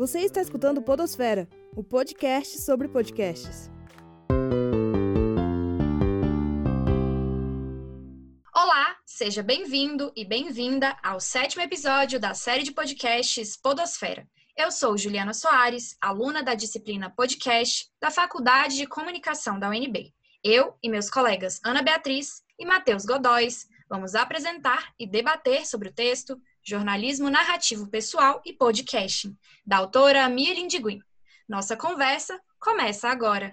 Você está escutando Podosfera, o podcast sobre podcasts. Olá, seja bem-vindo e bem-vinda ao 7º episódio da série de podcasts Podosfera. Eu sou Juliana Soares, aluna da disciplina Podcast da Faculdade de Comunicação da UNB. Eu e meus colegas Ana Beatriz e Matheus Godóis vamos apresentar e debater sobre o texto Jornalismo Narrativo Pessoal e Podcasting, da autora Mia Lindigui. Nossa conversa começa agora.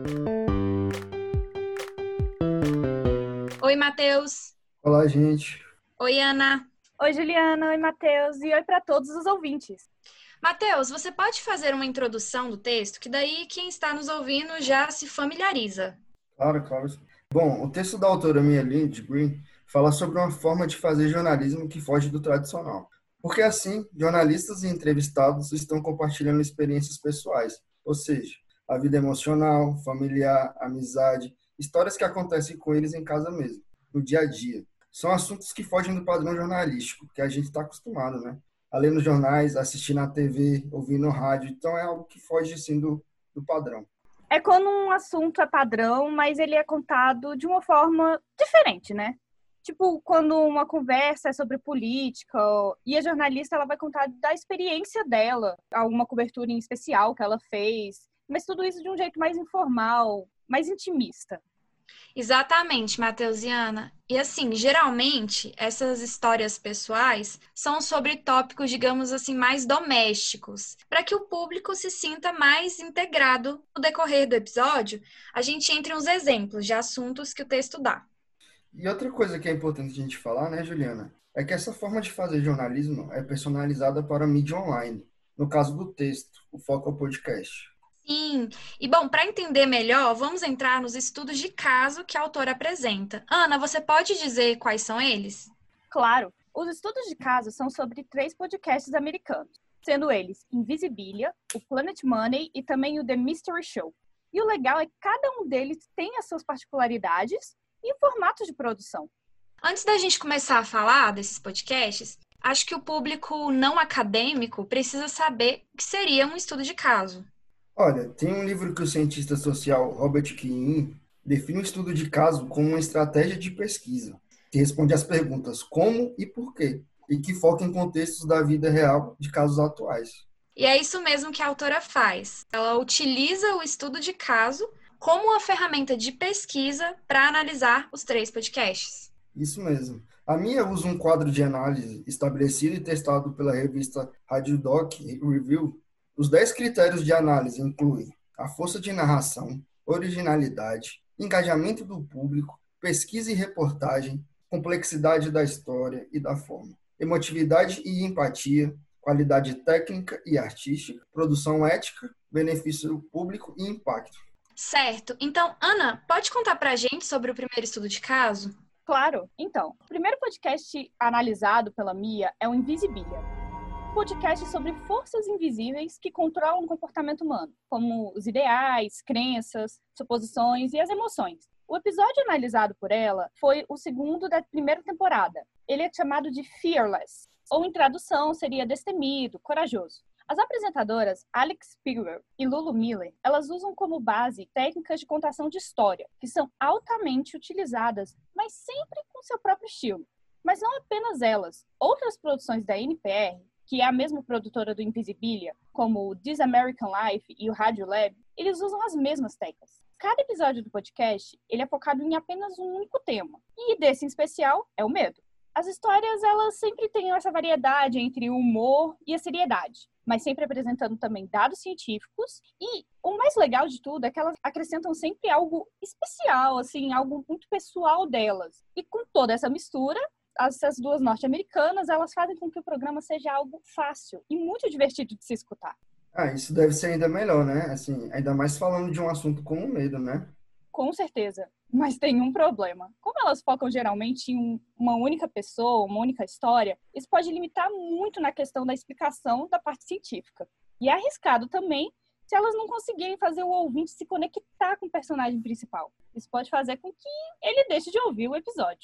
Oi, Matheus. Olá, gente. Oi, Ana. Oi, Juliana. Oi, Matheus. E oi para todos os ouvintes. Matheus, você pode fazer uma introdução do texto, que daí quem está nos ouvindo já se familiariza. Claro. Bom, o texto da autora Mia Lindigui fala sobre uma forma de fazer jornalismo que foge do tradicional. Porque assim, jornalistas e entrevistados estão compartilhando experiências pessoais, ou seja, a vida emocional, familiar, amizade, histórias que acontecem com eles em casa mesmo, no dia a dia. São assuntos que fogem do padrão jornalístico, que a gente está acostumado, né? A ler nos jornais, assistir na TV, ouvir no rádio. Então é algo que foge, sim, do padrão. É quando um assunto é padrão, mas ele é contado de uma forma diferente, né? Tipo, quando uma conversa é sobre política e a jornalista ela vai contar da experiência dela, alguma cobertura em especial que ela fez, mas tudo isso de um jeito mais informal, mais intimista. Exatamente, Matheus e Ana. E assim, geralmente, essas histórias pessoais são sobre tópicos, digamos assim, mais domésticos. Para que o público se sinta mais integrado no decorrer do episódio, a gente entra em uns exemplos de assuntos que o texto dá. E outra coisa que é importante a gente falar, né, Juliana, é que essa forma de fazer jornalismo é personalizada para a mídia online. No caso do texto, o foco é o podcast. Sim, e bom, para entender melhor, vamos entrar nos estudos de caso que a autora apresenta. Ana, você pode dizer quais são eles? Claro, os estudos de caso são sobre 3 podcasts americanos, sendo eles Invisibilia, o Planet Money e também o The Mystery Show. E o legal é que cada um deles tem as suas particularidades e formatos de produção. Antes da gente começar a falar desses podcasts, acho que o público não acadêmico precisa saber o que seria um estudo de caso. Olha, tem um livro que o cientista social Robert Keane define o estudo de caso como uma estratégia de pesquisa, que responde às perguntas como e por quê, e que foca em contextos da vida real de casos atuais. E é isso mesmo que a autora faz. Ela utiliza o estudo de caso como uma ferramenta de pesquisa para analisar os 3 podcasts. Isso mesmo. A minha usa um quadro de análise estabelecido e testado pela revista RadioDoc Review. Os 10 critérios de análise incluem a força de narração, originalidade, engajamento do público, pesquisa e reportagem, complexidade da história e da forma, emotividade e empatia, qualidade técnica e artística, produção ética, benefício público e impacto. Certo. Então, Ana, pode contar pra gente sobre o primeiro estudo de caso? Claro. Então, o primeiro podcast analisado pela Mia é o Invisibilia. Podcast sobre forças invisíveis que controlam o comportamento humano, como os ideais, crenças, suposições e as emoções. O episódio analisado por ela foi o segundo da primeira temporada. Ele é chamado de Fearless, ou em tradução seria destemido, corajoso. As apresentadoras Alex Spiegelberg e Lulu Miller, elas usam como base técnicas de contação de história, que são altamente utilizadas, mas sempre com seu próprio estilo. Mas não apenas elas. Outras produções da NPR, que é a mesma produtora do Invisibilia, como o This American Life e o Radio Lab, eles usam as mesmas técnicas. Cada episódio do podcast, ele é focado em apenas um único tema. E desse em especial é o medo. As histórias, elas sempre têm essa variedade entre o humor e a seriedade, mas sempre apresentando também dados científicos. E o mais legal de tudo é que elas acrescentam sempre algo especial, assim, algo muito pessoal delas. E com toda essa mistura, essas 2 norte-americanas, elas fazem com que o programa seja algo fácil e muito divertido de se escutar. Isso deve ser ainda melhor, né? Assim, ainda mais falando de um assunto como o medo, né? Com certeza, mas tem um problema. Como elas focam geralmente em uma única pessoa, uma única história, isso pode limitar muito na questão da explicação da parte científica. E é arriscado também se elas não conseguirem fazer o ouvinte se conectar com o personagem principal. Isso pode fazer com que ele deixe de ouvir o episódio.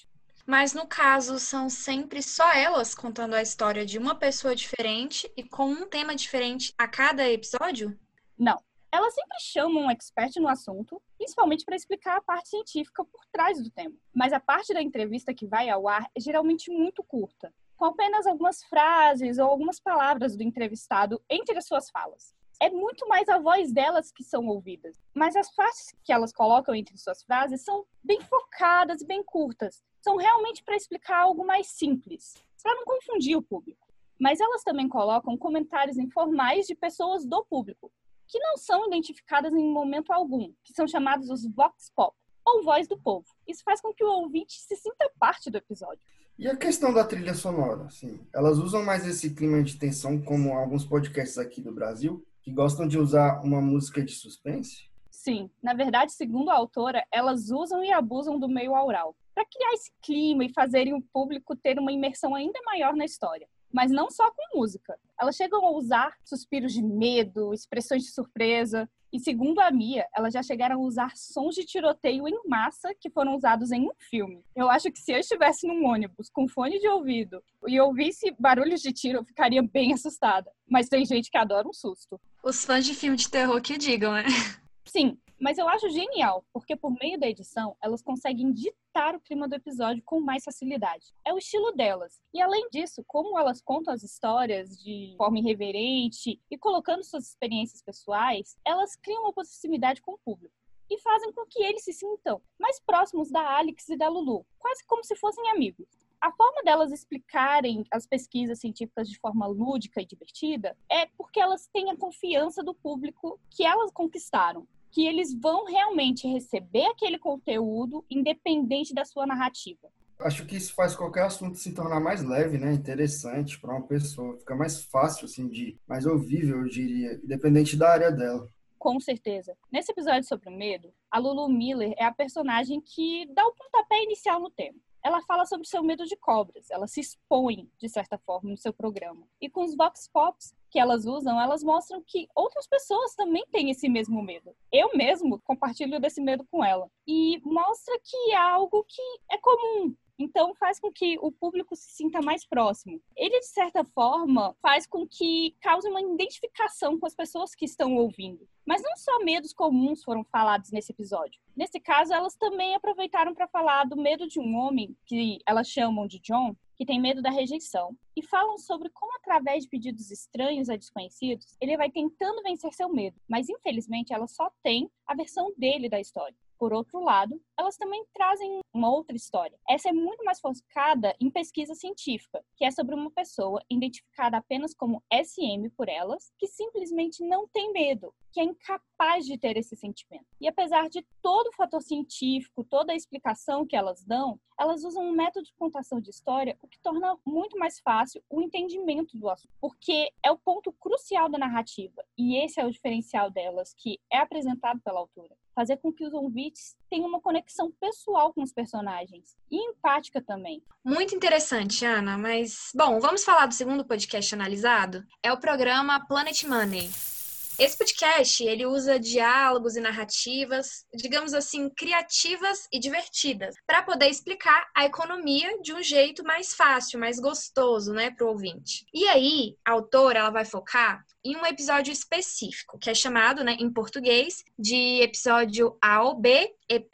Mas no caso, são sempre só elas contando a história de uma pessoa diferente e com um tema diferente a cada episódio? Não. Elas sempre chamam um expert no assunto, principalmente para explicar a parte científica por trás do tema. Mas a parte da entrevista que vai ao ar é geralmente muito curta, com apenas algumas frases ou algumas palavras do entrevistado entre as suas falas. É muito mais a voz delas que são ouvidas, mas as partes que elas colocam entre suas frases são bem focadas e bem curtas. São realmente para explicar algo mais simples, para não confundir o público. Mas elas também colocam comentários informais de pessoas do público, que não são identificadas em momento algum, que são chamados os Vox Pop, ou voz do povo. Isso faz com que o ouvinte se sinta parte do episódio. E a questão da trilha sonora, assim, elas usam mais esse clima de tensão como alguns podcasts aqui do Brasil, que gostam de usar uma música de suspense? Sim, na verdade, segundo a autora, elas usam e abusam do meio aural, para criar esse clima e fazerem o público ter uma imersão ainda maior na história. Mas não só com música. Elas chegam a usar suspiros de medo, expressões de surpresa. E segundo a Mia, elas já chegaram a usar sons de tiroteio em massa que foram usados em um filme. Eu acho que se eu estivesse num ônibus com fone de ouvido e ouvisse barulhos de tiro, eu ficaria bem assustada. Mas tem gente que adora um susto. Os fãs de filme de terror que digam, né? Sim, mas eu acho genial, porque por meio da edição, elas conseguem ditar o clima do episódio com mais facilidade. É o estilo delas. E além disso, como elas contam as histórias de forma irreverente e colocando suas experiências pessoais, elas criam uma proximidade com o público e fazem com que eles se sintam mais próximos da Alex e da Lulu, quase como se fossem amigos. A forma delas explicarem as pesquisas científicas de forma lúdica e divertida é porque elas têm a confiança do público que elas conquistaram, que eles vão realmente receber aquele conteúdo independente da sua narrativa. Acho que isso faz qualquer assunto se tornar mais leve, né? Interessante para uma pessoa. Fica mais fácil, assim, mais ouvível, eu diria, independente da área dela. Com certeza. Nesse episódio sobre o medo, a Lulu Miller é a personagem que dá o pontapé inicial no tema. Ela fala sobre o seu medo de cobras, ela se expõe, de certa forma, no seu programa. E com os Vox Pops que elas usam, elas mostram que outras pessoas também têm esse mesmo medo. Eu mesmo compartilho desse medo com ela. E mostra que é algo que é comum. Então, faz com que o público se sinta mais próximo. Ele, de certa forma, faz com que cause uma identificação com as pessoas que estão ouvindo. Mas não só medos comuns foram falados nesse episódio. Nesse caso, elas também aproveitaram para falar do medo de um homem, que elas chamam de John, que tem medo da rejeição, e falam sobre como, através de pedidos estranhos a desconhecidos, ele vai tentando vencer seu medo. Mas, infelizmente, ela só tem a versão dele da história. Por outro lado, elas também trazem uma outra história. Essa é muito mais focada em pesquisa científica, que é sobre uma pessoa identificada apenas como SM por elas, que simplesmente não tem medo, que é incapaz de ter esse sentimento. E apesar de todo o fator científico, toda a explicação que elas dão, elas usam um método de contação de história, o que torna muito mais fácil o entendimento do assunto, porque é o ponto crucial da narrativa, e esse é o diferencial delas, que é apresentado pela autora. Fazer com que os ouvintes tenham uma conexão pessoal com os personagens e empática também. Muito interessante, Ana, mas, bom, vamos falar do segundo podcast analisado? É o programa Planet Money. Esse podcast, ele usa diálogos e narrativas, digamos assim, criativas e divertidas, para poder explicar a economia de um jeito mais fácil, mais gostoso, né, para o ouvinte. E aí, a autora, ela vai focar em um episódio específico, que é chamado, né, em português, de episódio A ou B, EP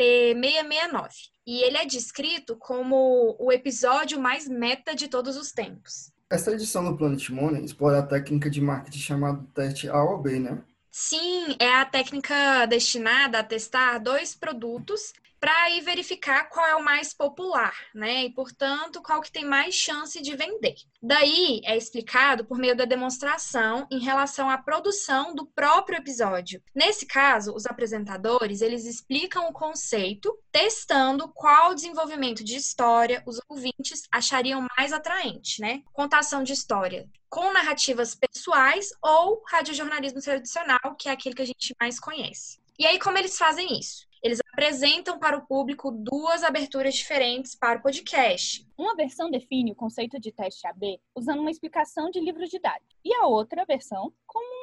669. E ele é descrito como o episódio mais meta de todos os tempos. Essa edição do Planet Money explora a técnica de marketing chamada teste A ou B, né? Sim, é a técnica destinada a testar 2 produtos para ir verificar qual é o mais popular, né? E, portanto, qual que tem mais chance de vender. Daí, é explicado por meio da demonstração em relação à produção do próprio episódio. Nesse caso, os apresentadores, eles explicam o conceito, testando qual desenvolvimento de história os ouvintes achariam mais atraente, né? Contação de história com narrativas pessoais ou radiojornalismo tradicional, que é aquele que a gente mais conhece. E aí, como eles fazem isso? Eles apresentam para o público 2 aberturas diferentes para o podcast. Uma versão define o conceito de teste AB usando uma explicação de livros didáticos, e a outra versão como uma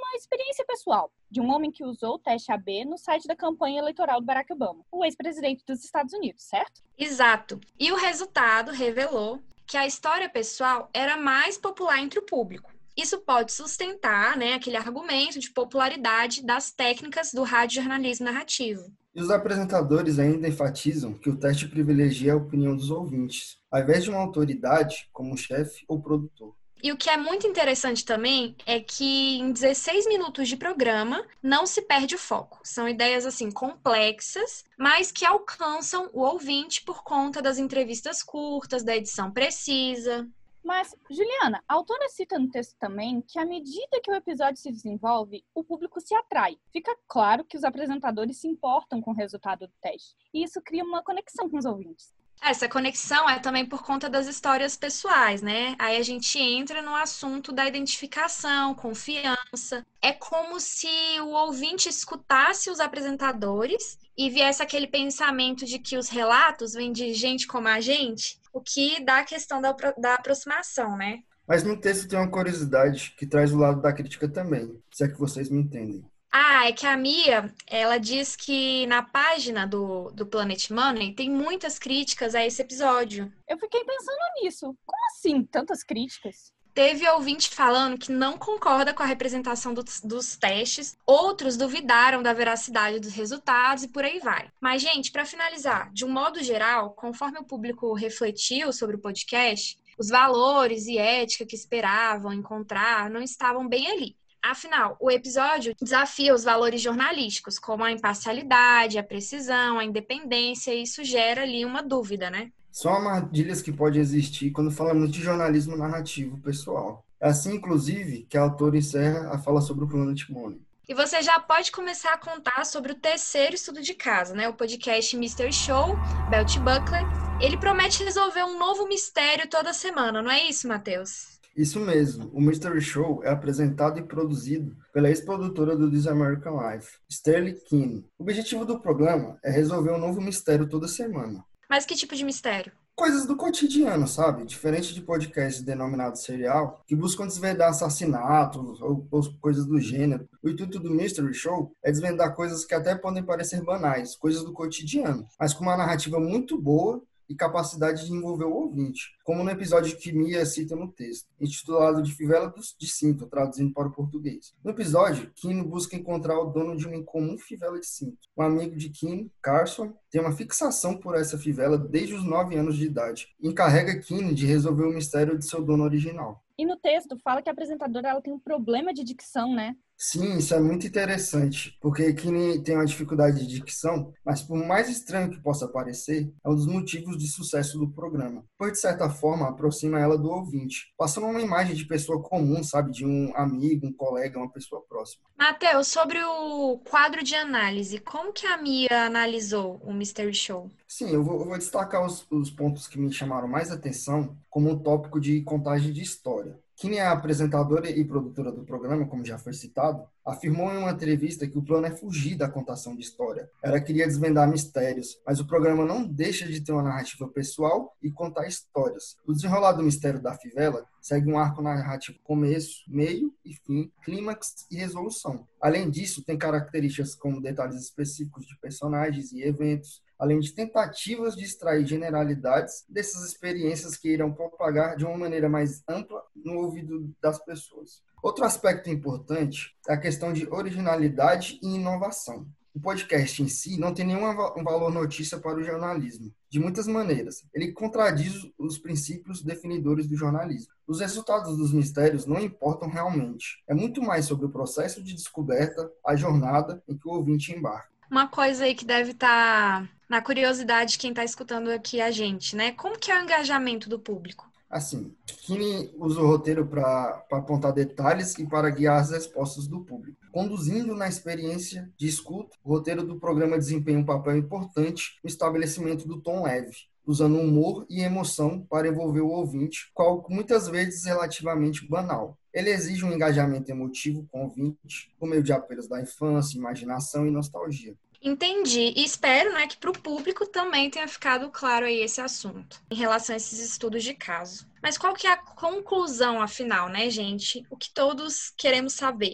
uma experiência pessoal de um homem que usou o teste AB no site da campanha eleitoral do Barack Obama, o ex-presidente dos Estados Unidos, certo? Exato. E o resultado revelou que a história pessoal era mais popular entre o público. Isso pode sustentar, né, aquele argumento de popularidade das técnicas do radiojornalismo narrativo. E os apresentadores ainda enfatizam que o teste privilegia a opinião dos ouvintes, ao invés de uma autoridade, como chefe ou produtor. E o que é muito interessante também é que em 16 minutos de programa não se perde o foco. São ideias assim complexas, mas que alcançam o ouvinte por conta das entrevistas curtas, da edição precisa. Mas, Juliana, a autora cita no texto também que à medida que o episódio se desenvolve, o público se atrai. Fica claro que os apresentadores se importam com o resultado do teste. E isso cria uma conexão com os ouvintes. Essa conexão é também por conta das histórias pessoais, né? Aí a gente entra no assunto da identificação, confiança. É como se o ouvinte escutasse os apresentadores e viesse aquele pensamento de que os relatos vêm de gente como a gente, o que dá a questão da aproximação, né? Mas no texto tem uma curiosidade que traz o lado da crítica também, se é que vocês me entendem. É que a Mia, ela diz que na página do Planet Money tem muitas críticas a esse episódio. Eu fiquei pensando nisso. Como assim, tantas críticas? Teve ouvinte falando que não concorda com a representação dos testes, outros duvidaram da veracidade dos resultados e por aí vai. Mas, gente, para finalizar, de um modo geral, conforme o público refletiu sobre o podcast, os valores e ética que esperavam encontrar não estavam bem ali. Afinal, o episódio desafia os valores jornalísticos, como a imparcialidade, a precisão, a independência, e isso gera ali uma dúvida, né? São armadilhas que podem existir quando falamos de jornalismo narrativo pessoal. É assim, inclusive, que a autora encerra a fala sobre o Planet Money. E você já pode começar a contar sobre o terceiro estudo de casa, né? O podcast Mystery Show, Belt Buckler. Ele promete resolver um novo mistério toda semana, não é isso, Matheus? Isso mesmo, o Mystery Show é apresentado e produzido pela ex-produtora do This American Life, Sterling Keane. O objetivo do programa é resolver um novo mistério toda semana. Mas que tipo de mistério? Coisas do cotidiano, sabe? Diferente de podcasts denominados serial, que buscam desvendar assassinatos ou coisas do gênero. O intuito do Mystery Show é desvendar coisas que até podem parecer banais, coisas do cotidiano, mas com uma narrativa muito boa e capacidade de envolver o ouvinte, como no episódio que Mia cita no texto, intitulado de Fivela de Cinto, traduzindo para o português. No episódio, Keane busca encontrar o dono de uma incomum fivela de cinto. Um amigo de Keane, Carson, tem uma fixação por essa fivela desde os 9 anos de idade e encarrega Keane de resolver o mistério de seu dono original. E no texto fala que a apresentadora ela tem um problema de dicção, né? Sim, isso é muito interessante, porque Keane tem uma dificuldade de dicção, mas por mais estranho que possa parecer, é um dos motivos de sucesso do programa, pois de certa forma aproxima ela do ouvinte, passando uma imagem de pessoa comum, sabe, de um amigo, um colega, uma pessoa próxima. Matheus, sobre o quadro de análise, como que a Mia analisou o Mystery Show? Sim, eu vou destacar os pontos que me chamaram mais atenção como um tópico de contagem de história. Keane é a apresentadora e produtora do programa, como já foi citado, afirmou em uma entrevista que o plano é fugir da contação de história. Ela queria desvendar mistérios, mas o programa não deixa de ter uma narrativa pessoal e contar histórias. O desenrolar do mistério da fivela segue um arco narrativo começo, meio e fim, clímax e resolução. Além disso, tem características como detalhes específicos de personagens e eventos, além de tentativas de extrair generalidades dessas experiências que irão propagar de uma maneira mais ampla no ouvido das pessoas. Outro aspecto importante é a questão de originalidade e inovação. O podcast em si não tem nenhum valor notícia para o jornalismo, de muitas maneiras. Ele contradiz os princípios definidores do jornalismo. Os resultados dos mistérios não importam realmente. É muito mais sobre o processo de descoberta, a jornada em que o ouvinte embarca. Uma coisa aí que deve estar na curiosidade de quem está escutando aqui a gente, né? Como que é o engajamento do público? Assim, Keane usa o roteiro para apontar detalhes e para guiar as respostas do público. Conduzindo na experiência de escuta, o roteiro do programa desempenha um papel importante no estabelecimento do tom leve, usando humor e emoção para envolver o ouvinte, com algo muitas vezes relativamente banal. Ele exige um engajamento emotivo com o ouvinte, por meio de apelos da infância, imaginação e nostalgia. Entendi. E espero, né, que para o público também tenha ficado claro aí esse assunto, em relação a esses estudos de caso. Mas qual que é a conclusão, afinal, né, gente? O que todos queremos saber.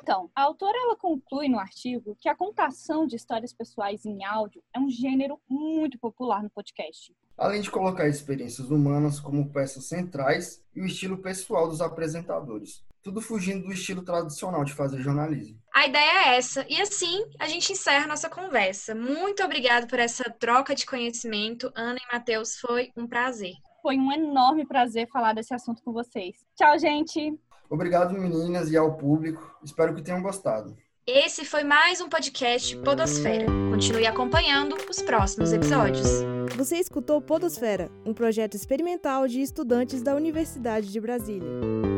Então, a autora ela conclui no artigo que a contação de histórias pessoais em áudio é um gênero muito popular no podcast. Além de colocar experiências humanas como peças centrais e o estilo pessoal dos apresentadores. Tudo fugindo do estilo tradicional de fazer jornalismo. A ideia é essa, e assim a gente encerra nossa conversa. Muito obrigada por essa troca de conhecimento. Ana e Matheus, foi um prazer. Foi um enorme prazer falar desse assunto com vocês. Tchau, gente! Obrigado, meninas, e ao público. Espero que tenham gostado. Esse foi mais um podcast Podosfera. Continue acompanhando os próximos episódios. Você escutou Podosfera, um projeto experimental de estudantes da Universidade de Brasília.